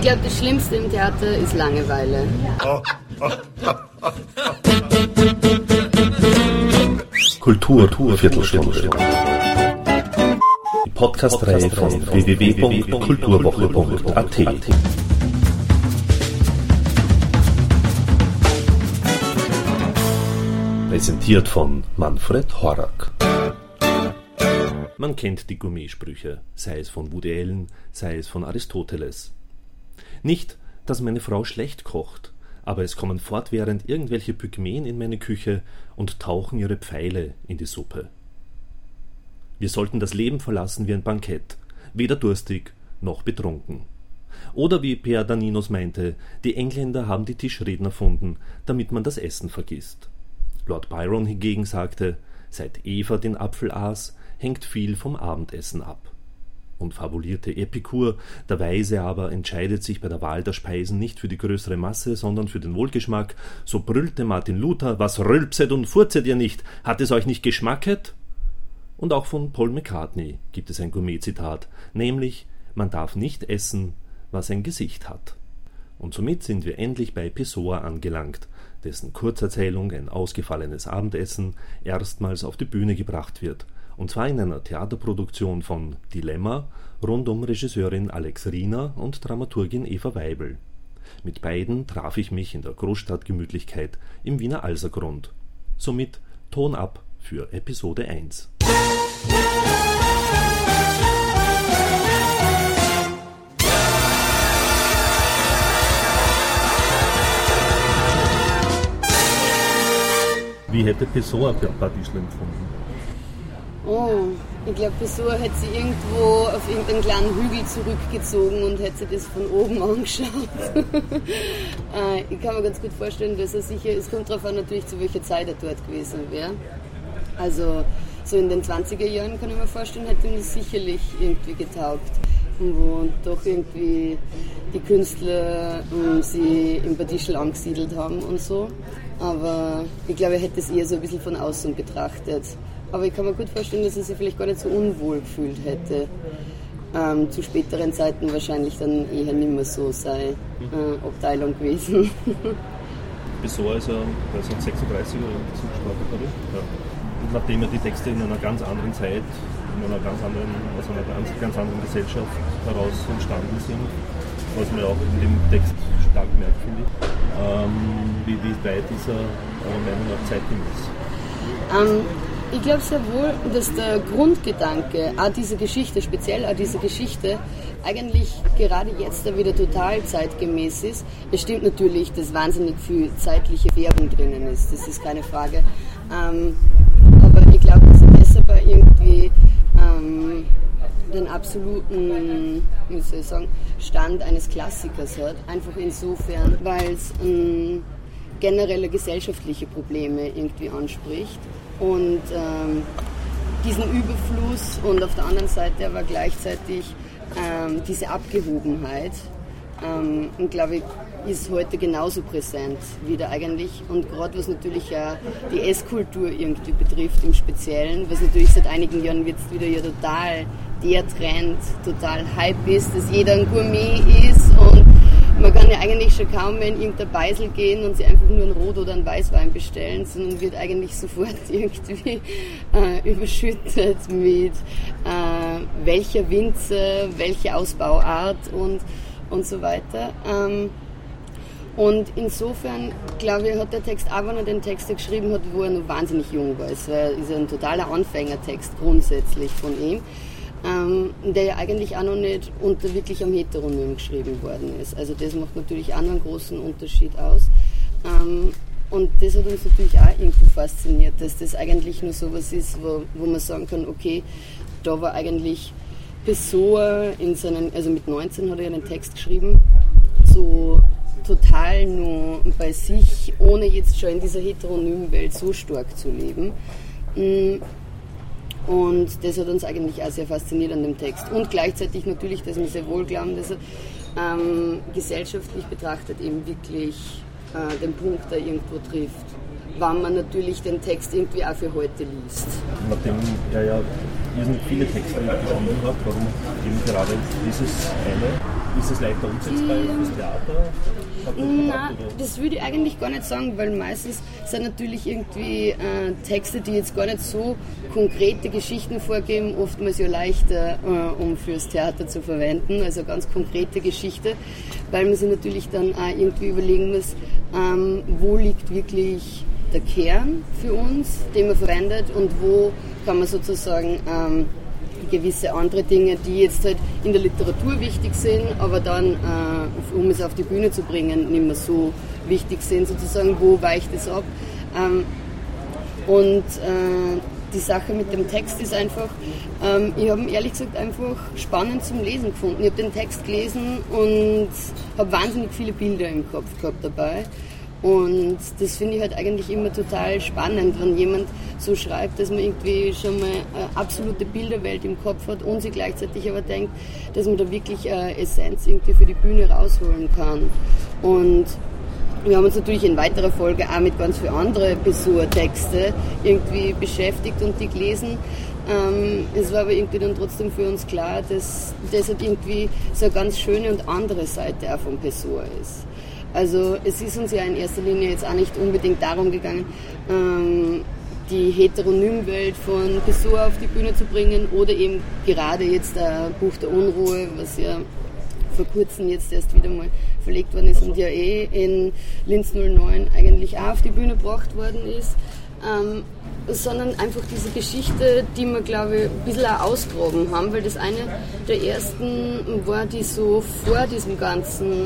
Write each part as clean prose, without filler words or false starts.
Ich glaube, das Schlimmste im Theater ist Langeweile. Kultur Viertelstunde. Die Podcast-Reihe von www.kulturwoche.at. Präsentiert von Manfred Horak. Man kennt die Gourmetsprüche, sei es von Woody Allen, sei es von Aristoteles. Nicht, dass meine Frau schlecht kocht, aber es kommen fortwährend irgendwelche Pygmäen in meine Küche und tauchen ihre Pfeile in die Suppe. Wir sollten das Leben verlassen wie ein Bankett, weder durstig noch betrunken. Oder wie Per Daninos meinte, die Engländer haben die Tischreden erfunden, damit man das Essen vergisst. Lord Byron hingegen sagte, seit Eva den Apfel aß, hängt viel vom Abendessen ab. Und fabulierte Epikur, der Weise aber entscheidet sich bei der Wahl der Speisen nicht für die größere Masse, sondern für den Wohlgeschmack, so brüllte Martin Luther, was rülpset und furzet ihr nicht, hat es euch nicht geschmacket? Und auch von Paul McCartney gibt es ein Gourmet-Zitat, nämlich, man darf nicht essen, was ein Gesicht hat. Und somit sind wir endlich bei Pessoa angelangt, dessen Kurzerzählung Ein ausgefallenes Abendessen erstmals auf die Bühne gebracht wird, und zwar in einer Theaterproduktion von Dilemma rund um Regisseurin Alex Riener und Dramaturgin Eva Weibel. Mit beiden traf ich mich in der Großstadtgemütlichkeit im Wiener Alsergrund. Somit Ton ab für Episode 1. Wie hätte Pessoa Paradiesl empfunden? Oh, ich glaube, Pessoa hätte sie irgendwo auf irgendeinen kleinen Hügel zurückgezogen und hätte sich das von oben angeschaut. Ich kann mir ganz gut vorstellen, dass er sicher, es kommt darauf an natürlich, zu welcher Zeit er dort gewesen wäre. Also so in den 20er Jahren kann ich mir vorstellen, hätte ihm das sicherlich irgendwie getaugt. Wo doch irgendwie die Künstler sie im Paradiesl angesiedelt haben und so. Aber ich glaube, er hätte es eher so ein bisschen von außen betrachtet. Aber ich kann mir gut vorstellen, dass er sich vielleicht gar nicht so unwohl gefühlt hätte. Zu späteren Zeiten wahrscheinlich dann eher nicht mehr so sei Abteilung gewesen. Pessoa ist ja 1936 oder so gestorben, glaube ich. Ja. Und nachdem ja die Texte in einer ganz anderen Zeit, aus einer ganz anderen Gesellschaft heraus entstanden sind, was man ja auch in dem Text stark merkt, finde ich. Wie weit ist er eurer Meinung nach zeitgemäß? Ich glaube sehr wohl, dass der Grundgedanke dieser Geschichte, speziell dieser Geschichte, eigentlich gerade jetzt da wieder total zeitgemäß ist. Es stimmt natürlich, dass wahnsinnig viel zeitliche Werbung drinnen ist, das ist keine Frage. Aber ich glaube, dass er besser bei irgendwie den absoluten, wie soll ich sagen, Stand eines Klassikers hat. Einfach insofern, weil es generelle gesellschaftliche Probleme irgendwie anspricht. Und diesen Überfluss und auf der anderen Seite aber gleichzeitig diese Abgehobenheit, glaube ich, ist heute genauso präsent wieder eigentlich. Und gerade was natürlich ja die Esskultur irgendwie betrifft im Speziellen, was natürlich seit einigen Jahren jetzt wieder ja total der Trend, total Hype ist, dass jeder ein Gourmet ist und man kann ja eigentlich schon kaum mehr in irgendein Beisel gehen und sich einfach nur einen Rot- oder einen Weißwein bestellen, sondern wird eigentlich sofort irgendwie überschüttet mit welcher Winzer, welche Ausbauart und so weiter. Und insofern, glaube ich, hat der Text, auch wenn er den Text geschrieben hat, wo er noch wahnsinnig jung war, es ist ein totaler Anfängertext grundsätzlich von ihm, der ja eigentlich auch noch nicht unter wirklich am Heteronym geschrieben worden ist. Also das macht natürlich auch noch einen großen Unterschied aus. Und das hat uns natürlich auch irgendwie fasziniert, dass das eigentlich nur sowas ist, wo man sagen kann, okay, da war eigentlich Pessoa also mit 19 hat er ja den Text geschrieben, so total nur bei sich, ohne jetzt schon in dieser heteronymen Welt so stark zu leben. Und das hat uns eigentlich auch sehr fasziniert an dem Text. Und gleichzeitig natürlich, dass wir sehr wohl glauben, dass er gesellschaftlich betrachtet eben wirklich den Punkt da irgendwo trifft. Wann man natürlich den Text irgendwie auch für heute liest. Nachdem er ja irrsinnig viele Texte geschrieben hat, warum eben gerade dieses eine? Ist es leichter umsetzbar fürs Theater? Nein, das würde ich eigentlich gar nicht sagen, weil meistens sind natürlich irgendwie Texte, die jetzt gar nicht so konkrete Geschichten vorgeben, oftmals ja leichter, um fürs Theater zu verwenden, also ganz konkrete Geschichte, weil man sich natürlich dann auch irgendwie überlegen muss, wo liegt wirklich der Kern für uns, den man verwendet, und wo kann man sozusagen gewisse andere Dinge, die jetzt halt in der Literatur wichtig sind, aber dann, um es auf die Bühne zu bringen, nicht mehr so wichtig sind, sozusagen, wo weicht es ab. Die Sache mit dem Text ist einfach, ich habe ihn ehrlich gesagt einfach spannend zum Lesen gefunden. Ich habe den Text gelesen und habe wahnsinnig viele Bilder im Kopf gehabt dabei. Und das finde ich halt eigentlich immer total spannend, wenn jemand so schreibt, dass man irgendwie schon mal eine absolute Bilderwelt im Kopf hat und sich gleichzeitig aber denkt, dass man da wirklich eine Essenz irgendwie für die Bühne rausholen kann. Und wir haben uns natürlich in weiterer Folge auch mit ganz vielen anderen Pessoa-Texte irgendwie beschäftigt und die gelesen. Es war aber irgendwie dann trotzdem für uns klar, dass das halt irgendwie so eine ganz schöne und andere Seite auch von Pessoa ist. Also es ist uns ja in erster Linie jetzt auch nicht unbedingt darum gegangen, die Heteronymwelt von Pessoa auf die Bühne zu bringen oder eben gerade jetzt ein Buch der Unruhe, was ja vor kurzem jetzt erst wieder mal verlegt worden ist und ja in Linz 09 eigentlich auch auf die Bühne gebracht worden ist, sondern einfach diese Geschichte, die wir, glaube ich, ein bisschen auch ausgraben haben, weil das eine der ersten war, die so vor diesem ganzen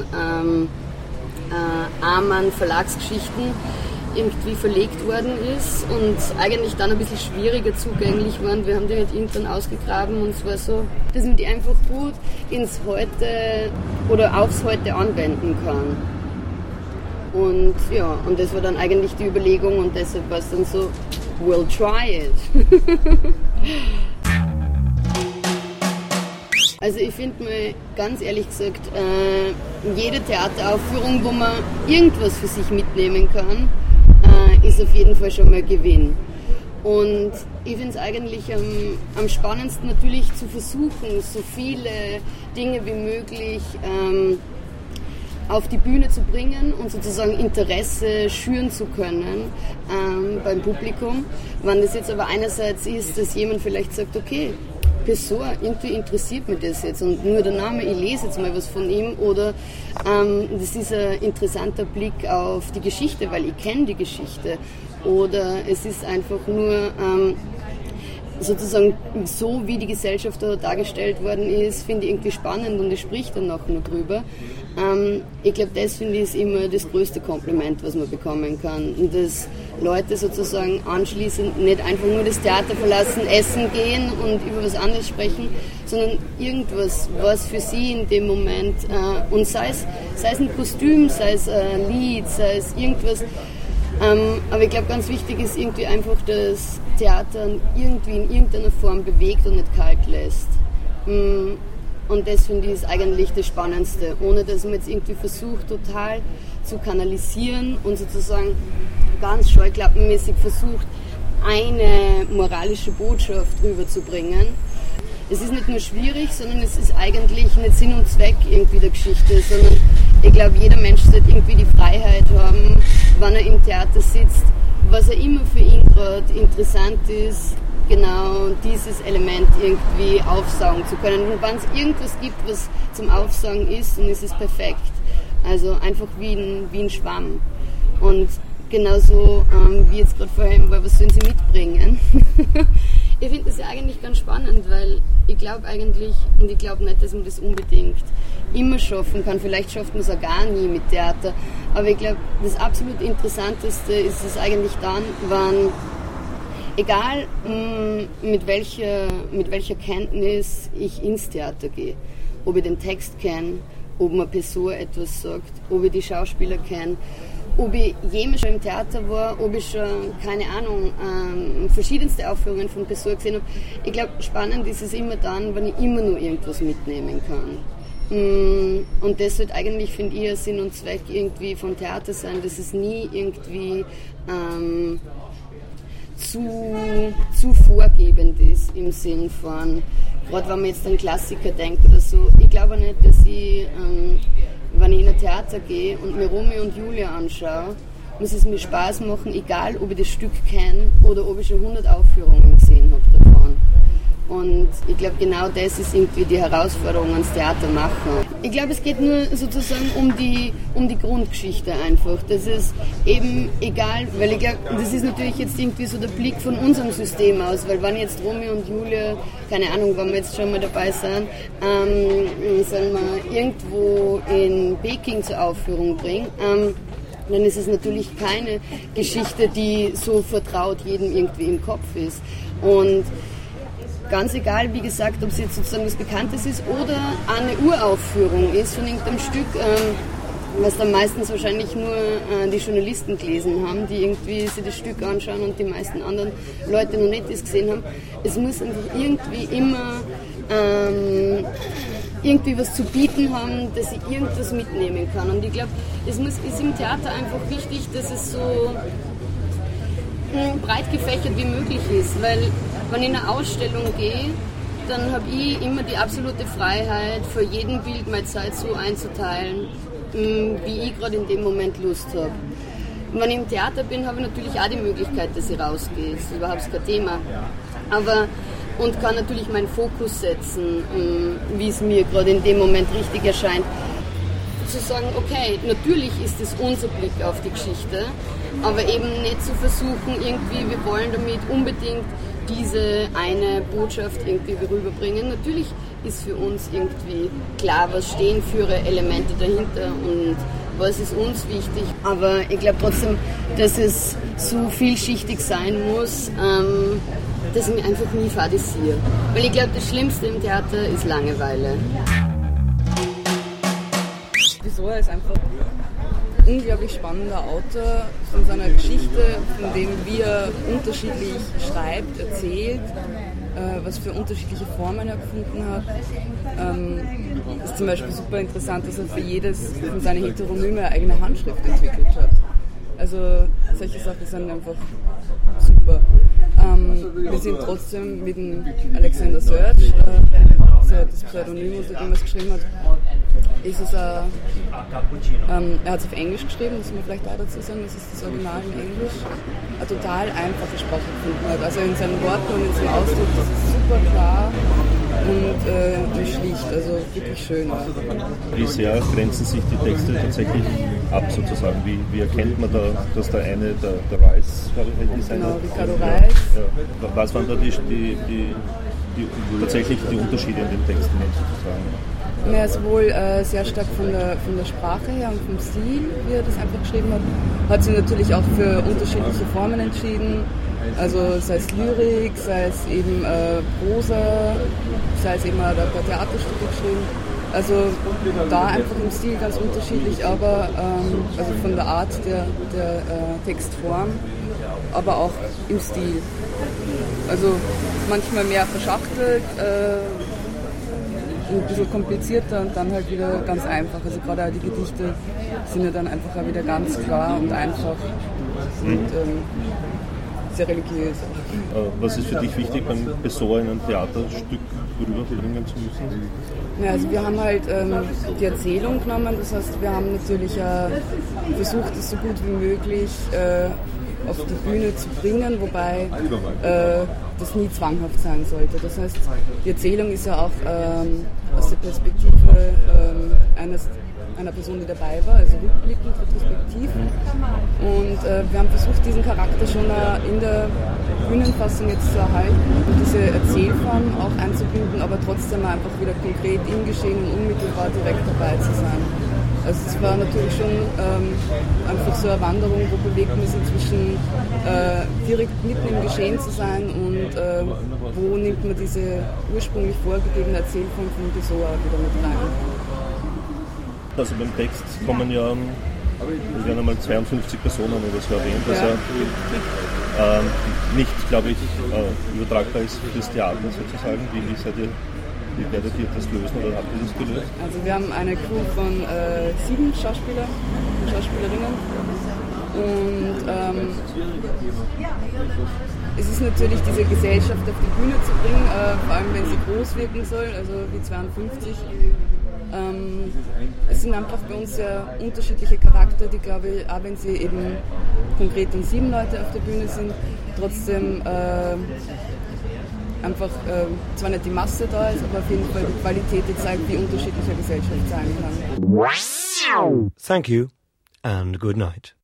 Amann Verlagsgeschichten irgendwie verlegt worden ist und eigentlich dann ein bisschen schwieriger zugänglich waren. Wir haben die halt irgendwann ausgegraben und es war so, dass man die einfach gut ins Heute oder aufs Heute anwenden kann. Und ja, und das war dann eigentlich die Überlegung und deshalb war es dann so, we'll try it. Also ich finde mal, ganz ehrlich gesagt, jede Theateraufführung, wo man irgendwas für sich mitnehmen kann, ist auf jeden Fall schon mal Gewinn. Und ich finde es eigentlich am spannendsten natürlich zu versuchen, so viele Dinge wie möglich auf die Bühne zu bringen und sozusagen Interesse schüren zu können beim Publikum. Wenn das jetzt aber einerseits ist, dass jemand vielleicht sagt, okay, Pessoa, irgendwie interessiert mich das jetzt und nur der Name, ich lese jetzt mal was von ihm oder das ist ein interessanter Blick auf die Geschichte, weil ich kenne die Geschichte oder es ist einfach nur sozusagen so, wie die Gesellschaft da dargestellt worden ist, finde ich irgendwie spannend und ich sprich dann auch nur drüber. Ich glaube, das finde ich ist immer das größte Kompliment, was man bekommen kann. Und dass Leute sozusagen anschließend nicht einfach nur das Theater verlassen, essen gehen und über was anderes sprechen, sondern irgendwas, was für sie in dem Moment, und sei es ein Kostüm, sei es ein Lied, sei es irgendwas. Aber ich glaube, ganz wichtig ist irgendwie einfach, dass Theater irgendwie in irgendeiner Form bewegt und nicht kalt lässt. Und das finde ich ist eigentlich das Spannendste, ohne dass man jetzt irgendwie versucht, total zu kanalisieren und sozusagen ganz scheuklappenmäßig versucht, eine moralische Botschaft rüberzubringen. Es ist nicht nur schwierig, sondern es ist eigentlich nicht Sinn und Zweck irgendwie der Geschichte, sondern ich glaube, jeder Mensch sollte irgendwie die Freiheit haben, wenn er im Theater sitzt, was er immer für ihn gerade interessant ist, genau dieses Element irgendwie aufsaugen zu können. Und wenn es irgendwas gibt, was zum Aufsaugen ist, dann ist es perfekt. Also einfach wie ein Schwamm. Und genauso wie jetzt gerade vorhin war, was sollen sie mitbringen? Ich finde das ja eigentlich ganz spannend, weil ich glaube eigentlich, und ich glaube nicht, dass man das unbedingt immer schaffen kann, vielleicht schafft man es auch gar nie mit Theater, aber ich glaube, das absolut Interessanteste ist es eigentlich dann, wenn, egal mit welcher Kenntnis ich ins Theater gehe, ob ich den Text kenne, ob mir Pessoa etwas sagt, ob ich die Schauspieler kenne, ob ich jemals schon im Theater war, ob ich schon, keine Ahnung, verschiedenste Aufführungen von Pessoa gesehen habe. Ich glaube, spannend ist es immer dann, wenn ich immer nur irgendwas mitnehmen kann. Und das wird eigentlich, finde ich, Sinn und Zweck irgendwie vom Theater sein, dass es nie irgendwie zu vorgebend ist im Sinn von, gerade wenn man jetzt an Klassiker denkt oder so, ich glaube nicht, dass ich, wenn ich in ein Theater gehe und mir Romeo und Julia anschaue, muss es mir Spaß machen, egal ob ich das Stück kenne oder ob ich schon 100 Aufführungen gesehen habe davon. Und ich glaube, genau das ist irgendwie die Herausforderung ans Theater machen. Ich glaube, es geht nur sozusagen um die Grundgeschichte einfach. Das ist eben egal, weil ich glaube, das ist natürlich jetzt irgendwie so der Blick von unserem System aus, weil wenn jetzt Romeo und Julia, keine Ahnung, wenn wir jetzt schon mal dabei sind, sagen wir, irgendwo in Peking zur Aufführung bringen, dann ist es natürlich keine Geschichte, die so vertraut jedem irgendwie im Kopf ist. Und ganz egal, wie gesagt, ob es jetzt sozusagen was Bekanntes ist oder eine Uraufführung ist von irgendeinem Stück, was dann meistens wahrscheinlich nur die Journalisten gelesen haben, die irgendwie sich das Stück anschauen und die meisten anderen Leute noch nicht das gesehen haben. Es muss einfach irgendwie immer irgendwie was zu bieten haben, dass ich irgendwas mitnehmen kann. Und ich glaube, ist im Theater einfach wichtig, dass es so breit gefächert wie möglich ist, weil wenn ich in eine Ausstellung gehe, dann habe ich immer die absolute Freiheit, für jeden Bild meine Zeit so einzuteilen, wie ich gerade in dem Moment Lust habe. Und wenn ich im Theater bin, habe ich natürlich auch die Möglichkeit, dass ich rausgehe. Das ist überhaupt kein Thema. Und kann natürlich meinen Fokus setzen, wie es mir gerade in dem Moment richtig erscheint. Zu sagen, okay, natürlich ist es unser Blick auf die Geschichte, aber eben nicht zu versuchen, irgendwie, wir wollen damit unbedingt diese eine Botschaft irgendwie rüberbringen. Natürlich ist für uns irgendwie klar, was stehen für Elemente dahinter und was ist uns wichtig. Aber ich glaube trotzdem, dass es so vielschichtig sein muss, dass ich mich einfach nie fadisiere. Weil ich glaube, das Schlimmste im Theater ist Langeweile. Pessoa ist einfach ein unglaublich spannender Autor von seiner Geschichte, von dem wie er unterschiedlich schreibt, erzählt, was für unterschiedliche Formen er gefunden hat. Ist zum Beispiel super interessant, dass er für jedes von seinen Heteronyme eine eigene Handschrift entwickelt hat. Also solche Sachen sind einfach super. Wir sind trotzdem mit dem Alexander Serge, das Pseudonym, unter dem er es geschrieben hat, ist es er hat es auf Englisch geschrieben, das muss man vielleicht auch dazu sagen, das ist das Original in Englisch, eine total einfache Sprache gefunden hat. Also in seinen Worten und in seinem Ausdruck, das ist super klar und schlicht, also wirklich schön. Wie sehr grenzen sich die Texte tatsächlich ab sozusagen? Wie erkennt man da, dass der eine der Reis ist? Genau, Ricardo Reis. Ja. Was waren da tatsächlich die Unterschiede in den Texten sozusagen? Ja, sowohl sehr stark von der Sprache her und vom Stil, wie er das einfach geschrieben hat, hat sich natürlich auch für unterschiedliche Formen entschieden. Also sei es Lyrik, sei es eben Prosa, sei es eben ein paar Theaterstücke geschrieben. Also da einfach im Stil ganz unterschiedlich, aber also von der Art der Textform, aber auch im Stil. Also manchmal mehr verschachtelt, ein bisschen komplizierter und dann halt wieder ganz einfach. Also gerade auch die Gedichte sind ja dann einfach auch wieder ganz klar und einfach und sehr religiös. Was ist für dich wichtig, beim Pessoa in einem Theaterstück rüberbringen zu müssen? Ja, also wir haben halt die Erzählung genommen, das heißt, wir haben natürlich versucht, es so gut wie möglich auf die Bühne zu bringen, wobei das nie zwanghaft sein sollte. Das heißt, die Erzählung ist ja auch aus der Perspektive einer Person, die dabei war, also rückblickend, retrospektiv. Und wir haben versucht, diesen Charakter schon in der Bühnenfassung jetzt zu erhalten und diese Erzählform auch einzubinden, aber trotzdem einfach wieder konkret im Geschehen und unmittelbar direkt dabei zu sein. Also es war natürlich schon einfach so eine Wanderung, wo bewegt man sich zwischen direkt mitten im Geschehen zu sein und wo nimmt man diese ursprünglich vorgegebene Erzählform von Pessoa wieder mit rein. Also beim Text kommen ja, es werden einmal 52 Personen oder so erwähnt, was ja nicht, glaube ich, übertragbar ist für das Theater sozusagen. Wie werdet ihr das lösen oder habt ihr das gelöst? Also wir haben eine Crew von 7 Schauspieler und Schauspielerinnen und Es ist natürlich diese Gesellschaft auf die Bühne zu bringen, vor allem wenn sie groß wirken soll, also wie 52. Es sind einfach bei uns sehr unterschiedliche Charakter, die, glaube ich, auch wenn sie eben konkret dann 7 Leute auf der Bühne sind, trotzdem einfach zwar nicht die Masse da ist, aber auf jeden Fall die Qualität, die zeigt, wie unterschiedlich eine Gesellschaft sein kann. Thank you and good night.